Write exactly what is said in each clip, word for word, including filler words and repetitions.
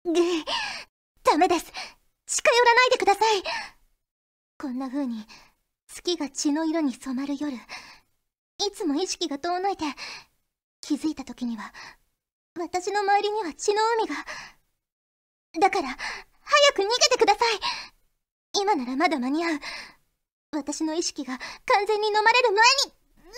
ぐ、ダメです。近寄らないでください。こんな風に月が血の色に染まる夜、いつも意識が遠のいて、気づいた時には私の周りには血の海が。だから早く逃げてください。今ならまだ間に合う。私の意識が完全に飲まれる前に。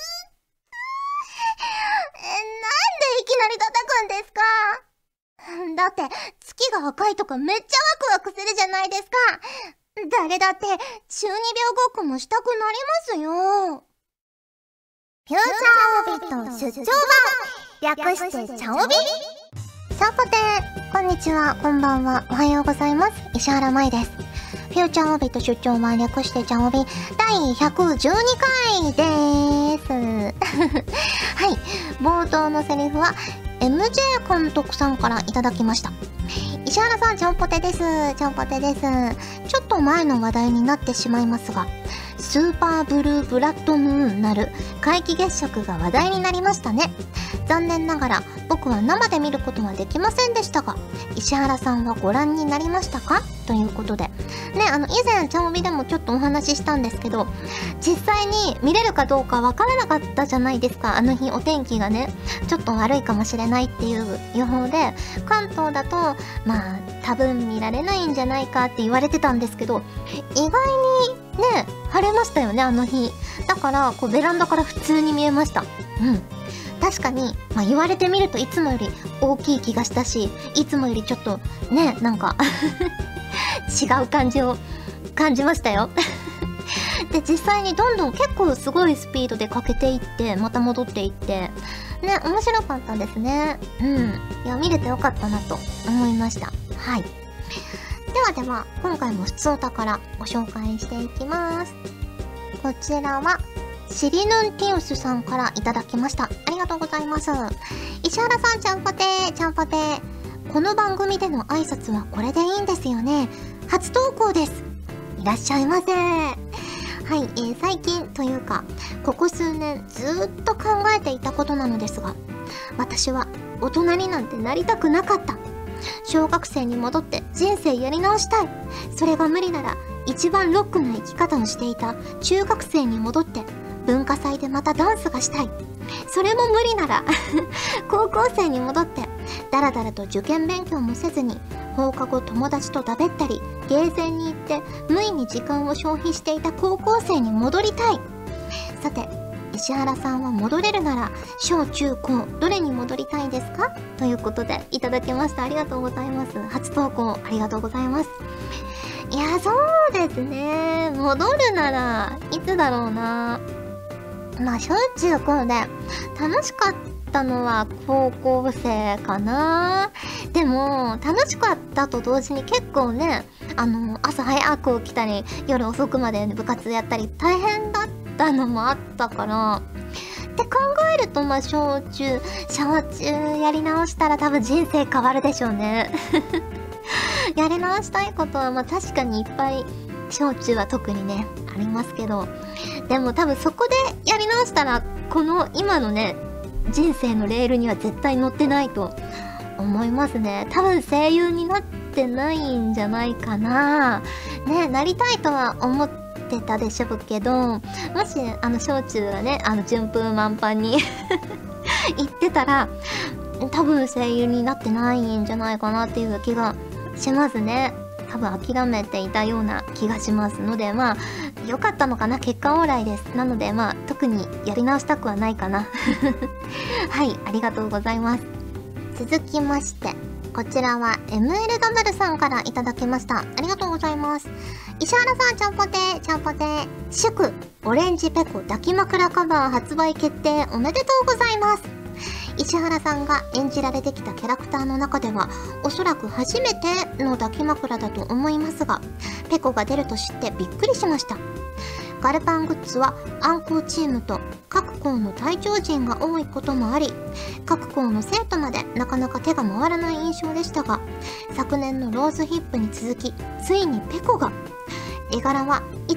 え、なんでいきなり叩くんですか？だって月が赤いとかめっちゃワクワクするじゃないですか。誰だって中二病ごっこもしたくなりますよ。 フューチャーオビット出張版、略してチャオビ。ちゃんぽてー、こんにちは、こんばんは、おはようございます。石原舞です。フューチャーオビット出張版、略してチャオビだいひゃくじゅうにかいでーす。はい、冒頭のセリフは エムジェー 監督さんからいただきました。石原さん、ちゃんぽてです。ちゃんぽてです。ちょっと前の話題になってしまいますが、スーパーブルーブラッドムーンなる皆既月食が話題になりましたね。残念ながら僕は生で見ることはできませんでしたが、石原さんはご覧になりましたか？ということでね、あの以前チャオビでもちょっとお話ししたんですけど、実際に見れるかどうかわからなかったじゃないですか。あの日お天気がねちょっと悪いかもしれないっていう予報で、関東だとまあ多分見られないんじゃないかって言われてたんですけど、意外にね晴れましたよね、あの日。だからこうベランダから普通に見えました。うん、確かに、まあ、言われてみるといつもより大きい気がしたし、いつもよりちょっとねなんか違う感じを感じましたよ。で実際にどんどん結構すごいスピードでかけていってまた戻っていってね、面白かったですね。うん、いや見れてよかったなと思いました。はい、ではでは今回も普通お宝ご紹介していきます。こちらはシリヌンティウスさんからいただきました。ありがとうございます。石原さん、ちゃんぽてー、ちゃんぽてー。この番組での挨拶はこれでいいんですよね。初投稿です。いらっしゃいませ。はい、えー、最近というかここ数年ずーっと考えていたことなのですが、私は大人になんてなりたくなかった。小学生に戻って人生やり直したい。それが無理なら一番ロックな生き方をしていた中学生に戻って文化祭でまたダンスがしたい。それも無理なら高校生に戻ってだらだらと受験勉強もせずに放課後友達とだべったりゲーセンに行って無意に時間を消費していた高校生に戻りたい。さて石原さんは戻れるなら小中高どれに戻りたいですか？ということでいただきました。ありがとうございます。初投稿ありがとうございます。いやそうですね、戻るならいつだろうな。まあ小中高で楽しかったのは高校生かな。でも楽しかったと同時に結構ね、あの朝早く起きたり夜遅くまで部活やったり大変だったのもあったからって考えると、まあ小中小中やり直したら多分人生変わるでしょうね。やり直したいことはまあ確かにいっぱい小中は特にねありますけど、でも多分そこでやり直したらこの今のね人生のレールには絶対乗ってないと思いますね。多分声優になってないんじゃないかな。ね、なりたいとは思ってたでしょうけど、もしあの小中がねあの順風満帆に言ってたら多分声優になってないんじゃないかなっていう気がしますね。多分諦めていたような気がしますので、まあ良かったのかな、結果オーライです。なのでまあ特にやり直したくはないかな。はい、ありがとうございます。続きましてこちらは エムエルダブル さんからいただきました。ありがとうございます。石原さん、ちゃんぽてー、ちゃんぽてー。祝オレンジペコ抱き枕カバー発売決定おめでとうございます。石原さんが演じられてきたキャラクターの中ではおそらく初めての抱き枕だと思いますが、ペコが出ると知ってびっくりしました。ガルパングッズは暗号チームと各校の隊長陣が多いこともあり、各校の生徒までなかなか手が回らない印象でしたが、昨年のローズヒップに続きついにペコが。絵柄はい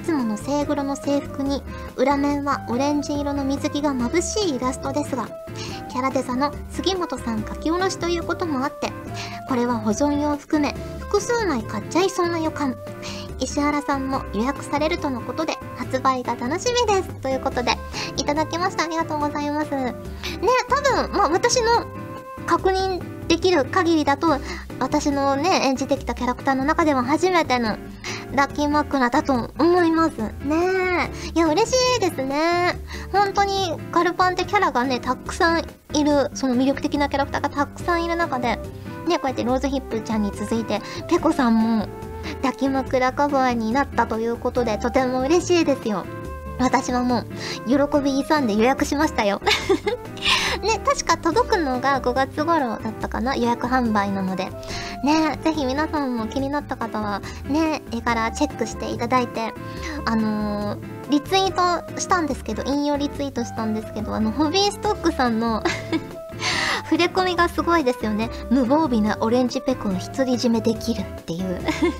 つもの青黒の制服に裏面はオレンジ色の水着が眩しいイラストですが、キャラデザの杉本さん書き下ろしということもあって、これは保存用を含め複数枚買っちゃいそうな予感。石原さんも予約されるとのことで発売が楽しみですということでいただきました。ありがとうございます。ね、多分まあ私の確認できる限りだと、私のね演じてきたキャラクターの中では初めての抱き枕だと思いますね。いや嬉しいですね。本当にガルパンってキャラがねたくさんいる、その魅力的なキャラクターがたくさんいる中でね、こうやってローズヒップちゃんに続いてペコさんも抱き枕カバーになったということで、とても嬉しいですよ。私はもう喜び勇んで予約しましたよね、確か届くのがごがつ頃だったかな、予約販売なのでね、ぜひ皆さんも気になった方はね絵柄チェックしていただいて、あのー、リツイートしたんですけど、引用リツイートしたんですけど、あのホビーストックさんの触れ込みがすごいですよね。無防備なオレンジペコを独り占めできるっていう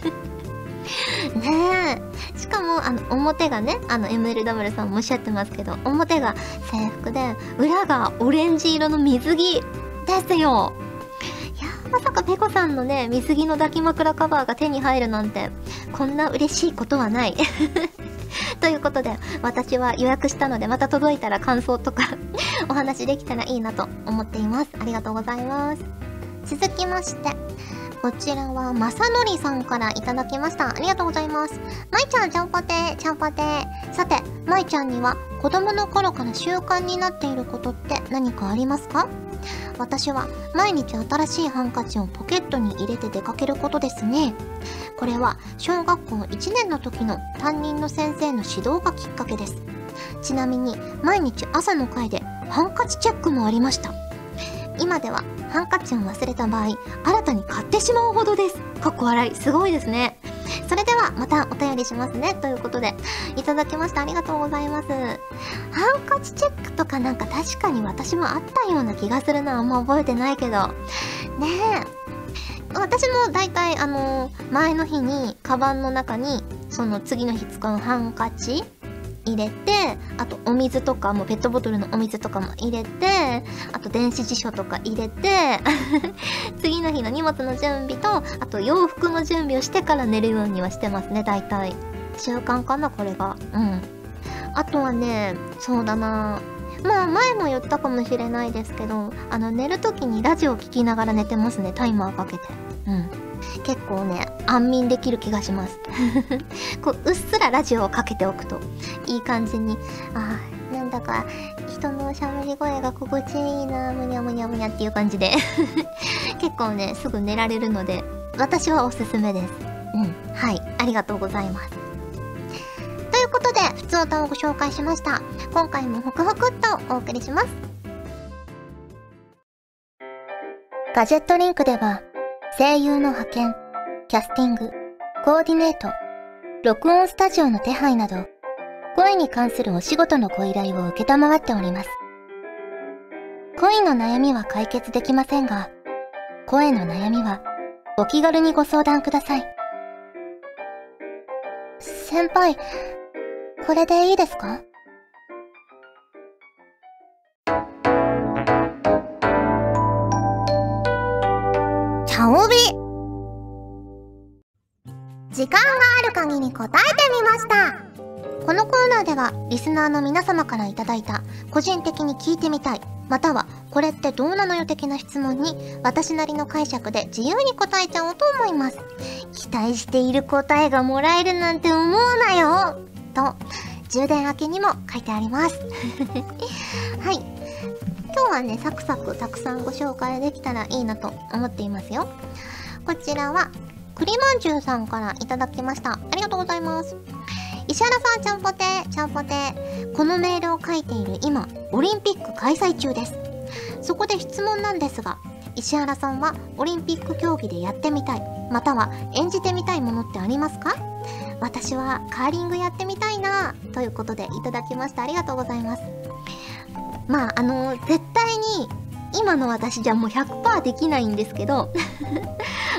ねえ、しかもあの表がね、あの エムエルダブル さんもおっしゃってますけど、表が制服で裏がオレンジ色の水着ですよ。いやー、まさかペコさんのね水着の抱き枕カバーが手に入るなんてこんな嬉しいことはないということで私は予約したので、また届いたら感想とかお話できたらいいなと思っています。ありがとうございます。続きましてこちらはまさのりさんからいただきました。ありがとうございます。まいちゃん、ちゃんぽてー、ちゃんぽてー。さて、まいちゃんには子供の頃から習慣になっていることって何かありますか？私は毎日新しいハンカチをポケットに入れて出かけることですね。これは小学校いちねんの時の担任の先生の指導がきっかけです。ちなみに毎日朝の会でハンカチチェックもありました。今ではハンカチを忘れた場合新たに買ってしまうほどです。かっこ笑い、すごいですね。それではまたお便りしますねということでいただきました。ありがとうございます。ハンカチチェックとかなんか確かに私もあったような気がするな。あんま覚えてないけどねえ、私もだいたいあのー、前の日にカバンの中にその次の日使うハンカチ入れて、あとお水とかもペットボトルのお水とかも入れて、あと電子辞書とか入れて次の日の荷物の準備とあと洋服の準備をしてから寝るようにはしてますね。だいたい習慣かなこれが。うん。あとはね、そうだな、まあ前も言ったかもしれないですけど、あの寝るときにラジオ聞きながら寝てますね。タイマーかけて。うん。結構ね安眠できる気がしますこううっすらラジオをかけておくといい感じに、あーなんだか人のしゃべり声が心地いいな、むにゃむにゃむにゃっていう感じで結構ねすぐ寝られるので私はおすすめです。うん、はい、ありがとうございます。ということでふつおたをご紹介しました。今回もホクホクっとお送りします。ガジェットリンクでは声優の派遣、キャスティング、コーディネート、録音スタジオの手配など、声に関するお仕事のご依頼を受けたまわっております。恋の悩みは解決できませんが、声の悩みはお気軽にご相談ください。先輩、これでいいですか？チャオビ。時間がある限り答えてみました。このコーナーではリスナーの皆様からいただいた個人的に聞いてみたい、またはこれってどうなのよ的な質問に私なりの解釈で自由に答えちゃおうと思います。期待している答えがもらえるなんて思うなよと充電明けにも書いてありますはい、今日はねサクサクたくさんご紹介できたらいいなと思っていますよ。こちらは栗まんじゅうさんからいただきました。ありがとうございます。石原さん、ちゃんぽてー、ちゃんぽてー。このメールを書いている今、オリンピック開催中です。そこで質問なんですが、石原さんはオリンピック競技でやってみたい、または演じてみたいものってありますか？私はカーリングやってみたいなということでいただきました。ありがとうございます。まあ、あのー、絶対に今の私じゃもう ひゃくパーセント できないんですけど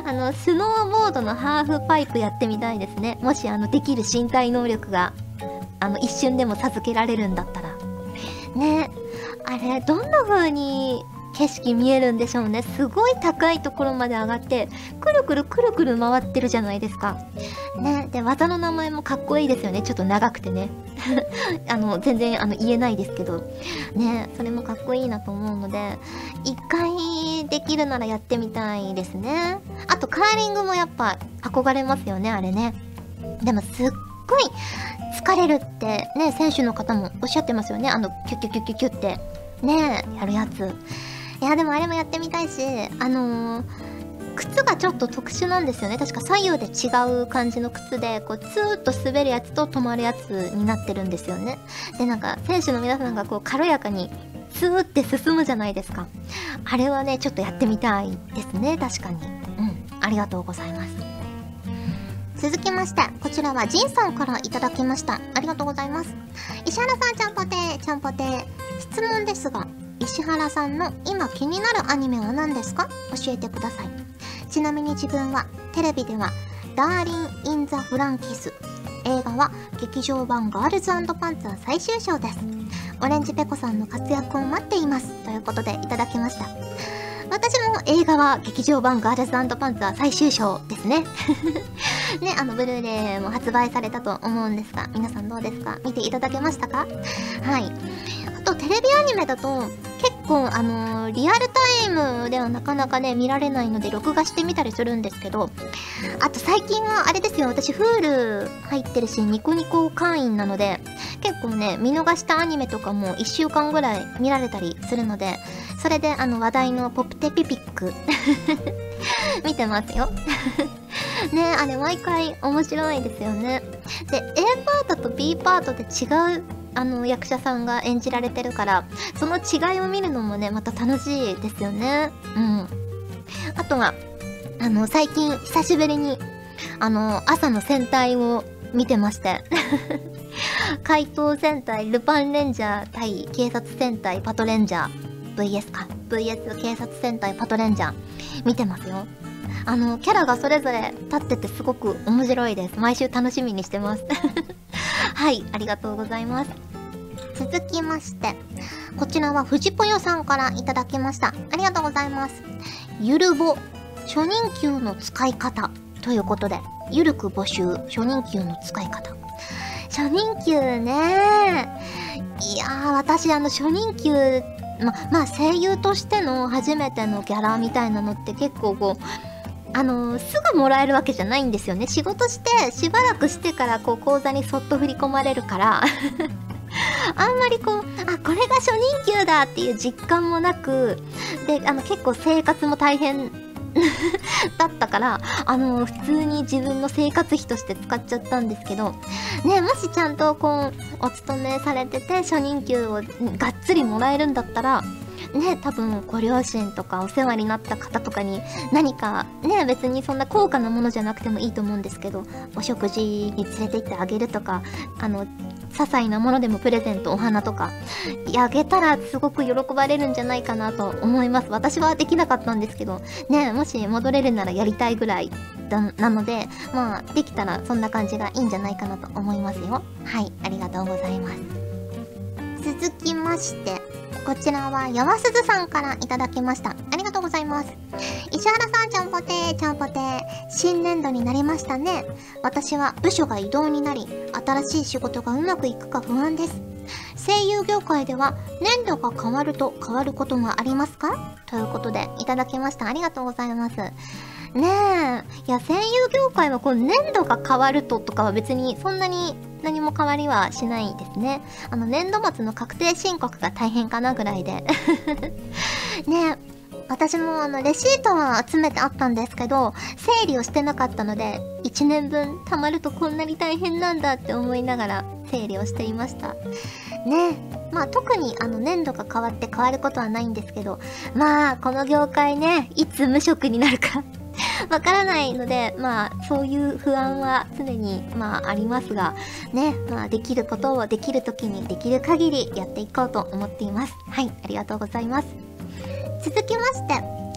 あのスノーボードのハーフパイプやってみたいですね。もしあのできる身体能力があの一瞬でも授けられるんだったらね。あれどんな風に景色見えるんでしょうね。すごい高いところまで上がってくるくるくるくる回ってるじゃないですかね。で技の名前もかっこいいですよね。ちょっと長くてねあの全然あの言えないですけどね。それもかっこいいなと思うので一回できるならやってみたいですね。あとカーリングもやっぱ憧れますよね、あれね。でもすっごい疲れるってね、選手の方もおっしゃってますよね。あのキュッキュッキュッキュッキュッってねやるやつ。いやでもあれもやってみたいし、あのー、靴がちょっと特殊なんですよね。確か左右で違う感じの靴で、こうツーッと滑るやつと止まるやつになってるんですよね。でなんか選手の皆さんがこう軽やかにツーって進むじゃないですか。あれはねちょっとやってみたいですね。確かに。うんありがとうございます。続きまして、こちらはジンさんからいただきました。ありがとうございます。石原さん、ちゃんぽてーちゃんぽてー、質問ですが、石原さんの今気になるアニメは何ですか？教えてください。ちなみに自分はテレビではダーリン・イン・ザ・フランキス、映画は劇場版ガールズ&パンツァー最終章です。オレンジペコさんの活躍を待っています、ということでいただきました。私も映画は劇場版ガールズ&パンツァー最終章ですねね、あのブルーレイも発売されたと思うんですが、皆さんどうですか？見ていただけましたか？はい。あとテレビアニメだと結構あのー、リアルタイムではなかなかね見られないので録画してみたりするんですけど、あと最近はあれですよ、私 Hulu 入ってるしニコニコ会員なので結構ね見逃したアニメとかもいっしゅうかんぐらい見られたりするので、それであの話題のポプテピピック見てますよね。あれ毎回面白いですよね。で A パートと B パートで違うあの役者さんが演じられてるから、その違いを見るのもねまた楽しいですよね。うん。あとはあの最近久しぶりにあの朝の戦隊を見てまして怪盗戦隊ルパンレンジャー対警察戦隊パトレンジャー ブイエス か ブイエス 警察戦隊パトレンジャー見てますよ。あのキャラがそれぞれ立っててすごく面白いです。毎週楽しみにしてますはい、ありがとうございます。続きましてこちらは藤ぽよさんからいただきました。ありがとうございます。ゆるぼ初任給の使い方ということで、ゆるく募集初任給の使い方。初任給ね、いやー私あの初任給ままあ声優としての初めてのギャラみたいなのって結構こうあのー、すぐもらえるわけじゃないんですよね。仕事してしばらくしてからこう口座にそっと振り込まれるからあんまりこうあこれが初任給だっていう実感もなくで、あの結構生活も大変だったからあのー、普通に自分の生活費として使っちゃったんですけどね。もしちゃんとこうお勤めされてて初任給をがっつりもらえるんだったらね、多分ご両親とかお世話になった方とかに何かね、別にそんな高価なものじゃなくてもいいと思うんですけど、お食事に連れて行ってあげるとか、あの些細なものでもプレゼント、お花とかあげたらすごく喜ばれるんじゃないかなと思います。私はできなかったんですけどね、もし戻れるならやりたいぐらいだなので、まあできたらそんな感じがいいんじゃないかなと思いますよ。はい、ありがとうございます。続きましてこちらはやわすずさんからいただきました。ありがとうございます。石原さん、ちゃんぽてーちゃんぽてー、新年度になりましたね。私は部署が異動になり新しい仕事がうまくいくか不安です。声優業界では年度が変わると変わることがありますか？ということでいただきました。ありがとうございます。ねえ、いや声優業界はこう年度が変わるととかは別にそんなに何も変わりはしないですね。あの年度末の確定申告が大変かなぐらいでねえ、私もあのレシートは集めてあったんですけど整理をしてなかったのでいちねんぶん貯まるとこんなに大変なんだって思いながら整理をしていましたね。えまあ特にあの年度が変わって変わることはないんですけど、まあこの業界ね、いつ無職になるかわからないので、まあそういう不安は常にまあありますがね、まあできることをできる時にできる限りやっていこうと思っています。はい、ありがとうございます。続きまして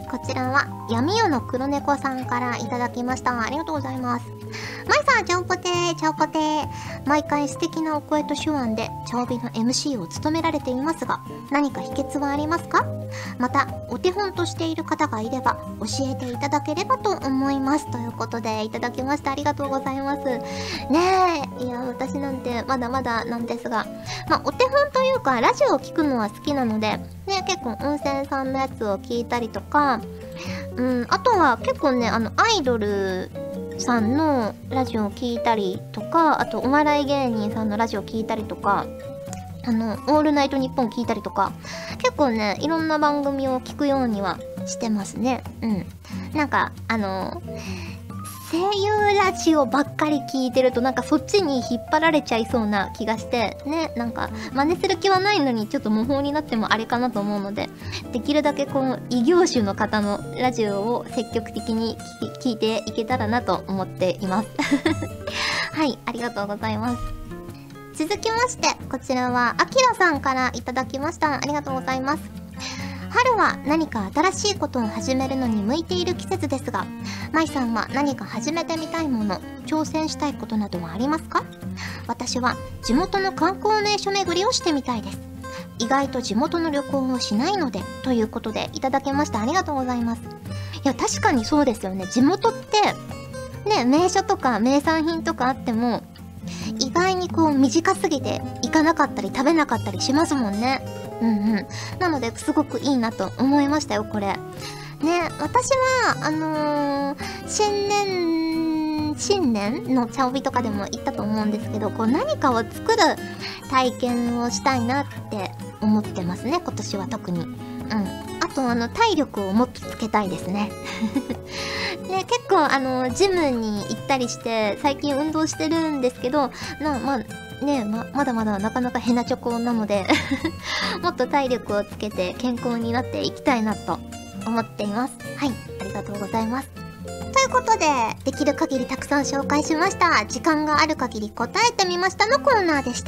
こちらは闇夜の黒猫さんからいただきました。ありがとうございます。まいさん、ちゃんぽてー、ちゃんぽてー。毎回素敵なお声と手腕でチャオビの エムシー を務められていますが、何か秘訣はありますか？またお手本としている方がいれば教えていただければと思います、ということでいただきました。ありがとうございます。ねえ、いや私なんてまだまだなんですが、まあお手本というかラジオを聞くのは好きなのでね、結構温泉さんのやつを聞いたりとか、うん、あとは結構ね、あのアイドルさんのラジオを聞いたりとか、あとお笑い芸人さんのラジオを聞いたりとか、あのオールナイトニッポン聞いたりとか、結構ねいろんな番組を聞くようにはしてますね。うん、なんかあの声優ラジオばっかり聞いてるとなんかそっちに引っ張られちゃいそうな気がしてね、なんか真似する気はないのにちょっと模倣になってもあれかなと思うので、できるだけこの異業種の方のラジオを積極的に聞いていけたらなと思っていますはい、ありがとうございます。続きまして、こちらはあきらさんからいただきました。ありがとうございます。春は何か新しいことを始めるのに向いている季節ですが、まいさんは何か始めてみたいもの、挑戦したいことなどはありますか？私は地元の観光名所巡りをしてみたいです。意外と地元の旅行をしないので、ということでいただきました。ありがとうございます。いや確かにそうですよね。地元ってね、名所とか名産品とかあっても意外にこう短すぎて行かなかったり食べなかったりしますもんね。うんうん。なのですごくいいなと思いましたよ、これ。ね、私は、あのー、新年、新年のチャオビとかでも言ったと思うんですけど、こう何かを作る体験をしたいなって思ってますね、今年は特に。うん。あと、あの、体力をもっとつけたいですね。ね、結構、あの、ジムに行ったりして、最近運動してるんですけど、な、まあ、ねえ、ま、まだまだなかなかヘナチョコなのでもっと体力をつけて健康になっていきたいなと思っています。はい、ありがとうございます。ということで、できる限りたくさん紹介しました。時間がある限り答えてみましたのコーナーでした。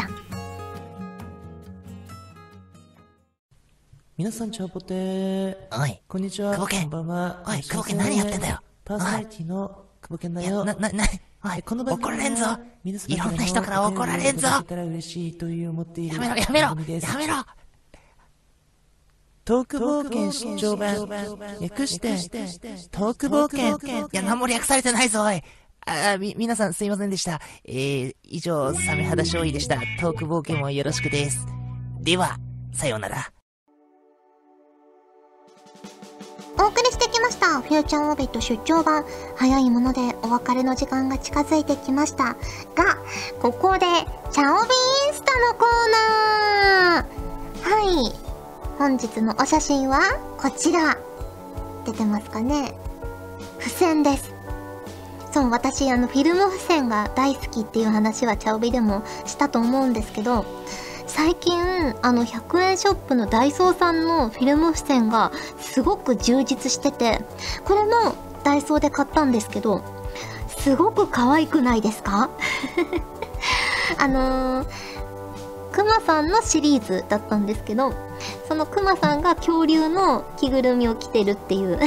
皆さん、チャオポテー。 おい、 こんにちは。 久保健。 こんばんは。 おい、久保健何やってんだよ。 パーソナリティの久保健だよ。 な、な、な、おい、 この番組怒られんぞ。 皆様いろんな人から怒られんぞ。 やめろ、やめろ、やめろ。 トーク冒険出張版。略して、トーク冒険。 いや、何も略されてないぞ、おい。あ、み、皆さんすいませんでした。えー、以上、サメ肌少尉でした。トーク冒険もよろしくです。では、さようなら。 お送りしてきましたフューチャーオービット出張版。早いものでお別れの時間が近づいてきましたが、ここでチャオビインスタのコーナー。はい、本日のお写真はこちら。出てますかね。付箋です。そう、私あのフィルム付箋が大好きっていう話はチャオビでもしたと思うんですけど、最近あのひゃくえんショップのダイソーさんのフィルム付箋がすごく充実してて、これもダイソーで買ったんですけど、すごく可愛くないですかあのー、クマさんのシリーズだったんですけど、そのクマさんが恐竜の着ぐるみを着てるっていうで、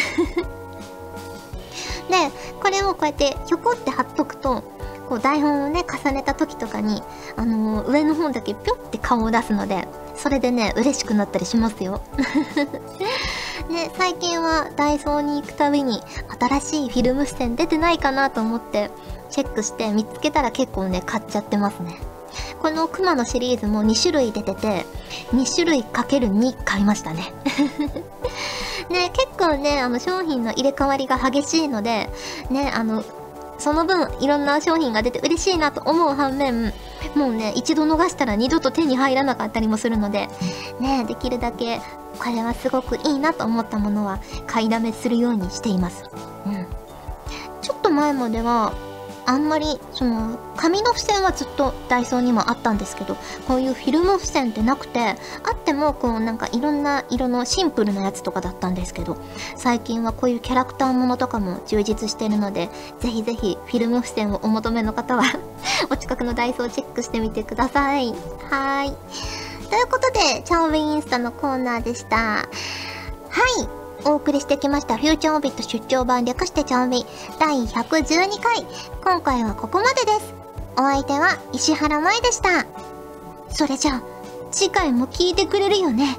これをこうやってひょこって貼っとくと、こう台本をね重ねた時とかに、あのー、上の方だけピョって顔を出すので、それでね嬉しくなったりしますよね、最近はダイソーに行くたびに新しいフィルム付箋出てないかなと思ってチェックして、見つけたら結構ね買っちゃってますね。このクマのシリーズもに種類出てて、に種類かけるに買いましたねね、結構ねあの商品の入れ替わりが激しいのでね、あのその分いろんな商品が出て嬉しいなと思う反面、もうね一度逃したら二度と手に入らなかったりもするのでね、できるだけこれはすごくいいなと思ったものは買いだめするようにしています。うん。ちょっと前まではあんまりその紙の付箋はずっとダイソーにもあったんですけど、こういうフィルム付箋ってなくて、あってもこうなんかいろんな色のシンプルなやつとかだったんですけど、最近はこういうキャラクターものとかも充実してるので、ぜひぜひフィルム付箋をお求めの方はお近くのダイソーチェックしてみてください。はーい。ということでチャオビインスタのコーナーでした。はい。 お送りしてきましたフューチャーオビット出張版略してチャオビだいひゃくじゅうにかい。今回はここまでです。お相手は石原舞でした。 それじゃあ次回も聞いてくれるよね。よね。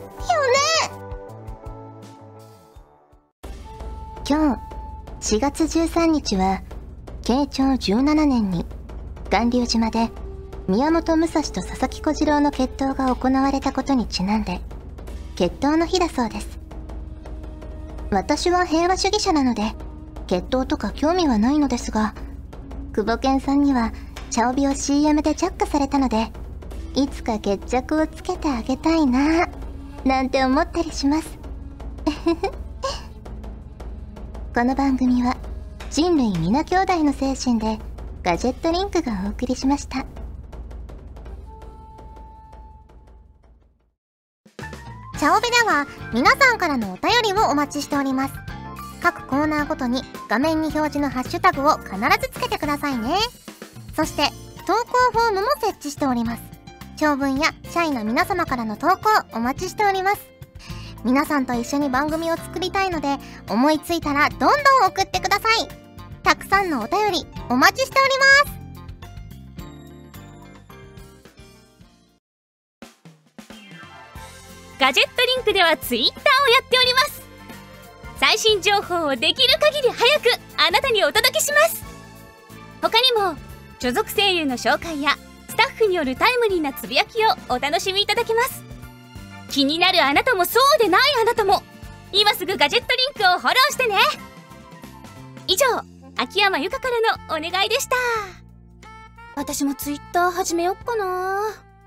今日しがつじゅうさんにちは慶長じゅうななねんに巌流島で宮本武蔵と佐々木小次郎の決闘が行われたことにちなんで決闘の日だそうです。私は平和主義者なので決闘とか興味はないのですが、久保健さんにはチャオビを シーエム でジャックされたので、いつか決着をつけてあげたいななんて思ったりしますこの番組は人類皆兄弟の精神でガジェットリンクがお送りしました。チャオベでは皆さんからのお便りをお待ちしております。各コーナーごとに画面に表示のハッシュタグを必ずつけてくださいね。そして投稿フォームも設置しております。長文や社員の皆様からの投稿お待ちしております。皆さんと一緒に番組を作りたいので、思いついたらどんどん送ってください。たくさんのお便りお待ちしております。 ガジェットリンクではツイッターをやっております。最新情報をできる限り早くあなたにお届けします。他にも所属声優の紹介やスタッフによるタイムリーなつぶやきをお楽しみいただけます。気になるあなたもそうでないあなたも今すぐガジェットリンクをフォローしてね。以上、秋山由佳からのお願いでした。私もツイッター始めよっかな。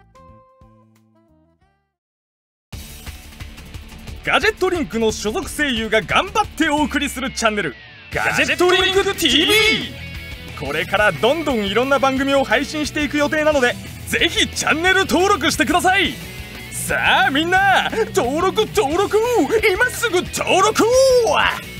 ガジェットリンクの所属声優が頑張ってお送りするチャンネルガジェットリンク ティービー。 これからどんどんいろんな番組を配信していく予定なので、ぜひチャンネル登録してください。さあみんな登録登録今すぐ登録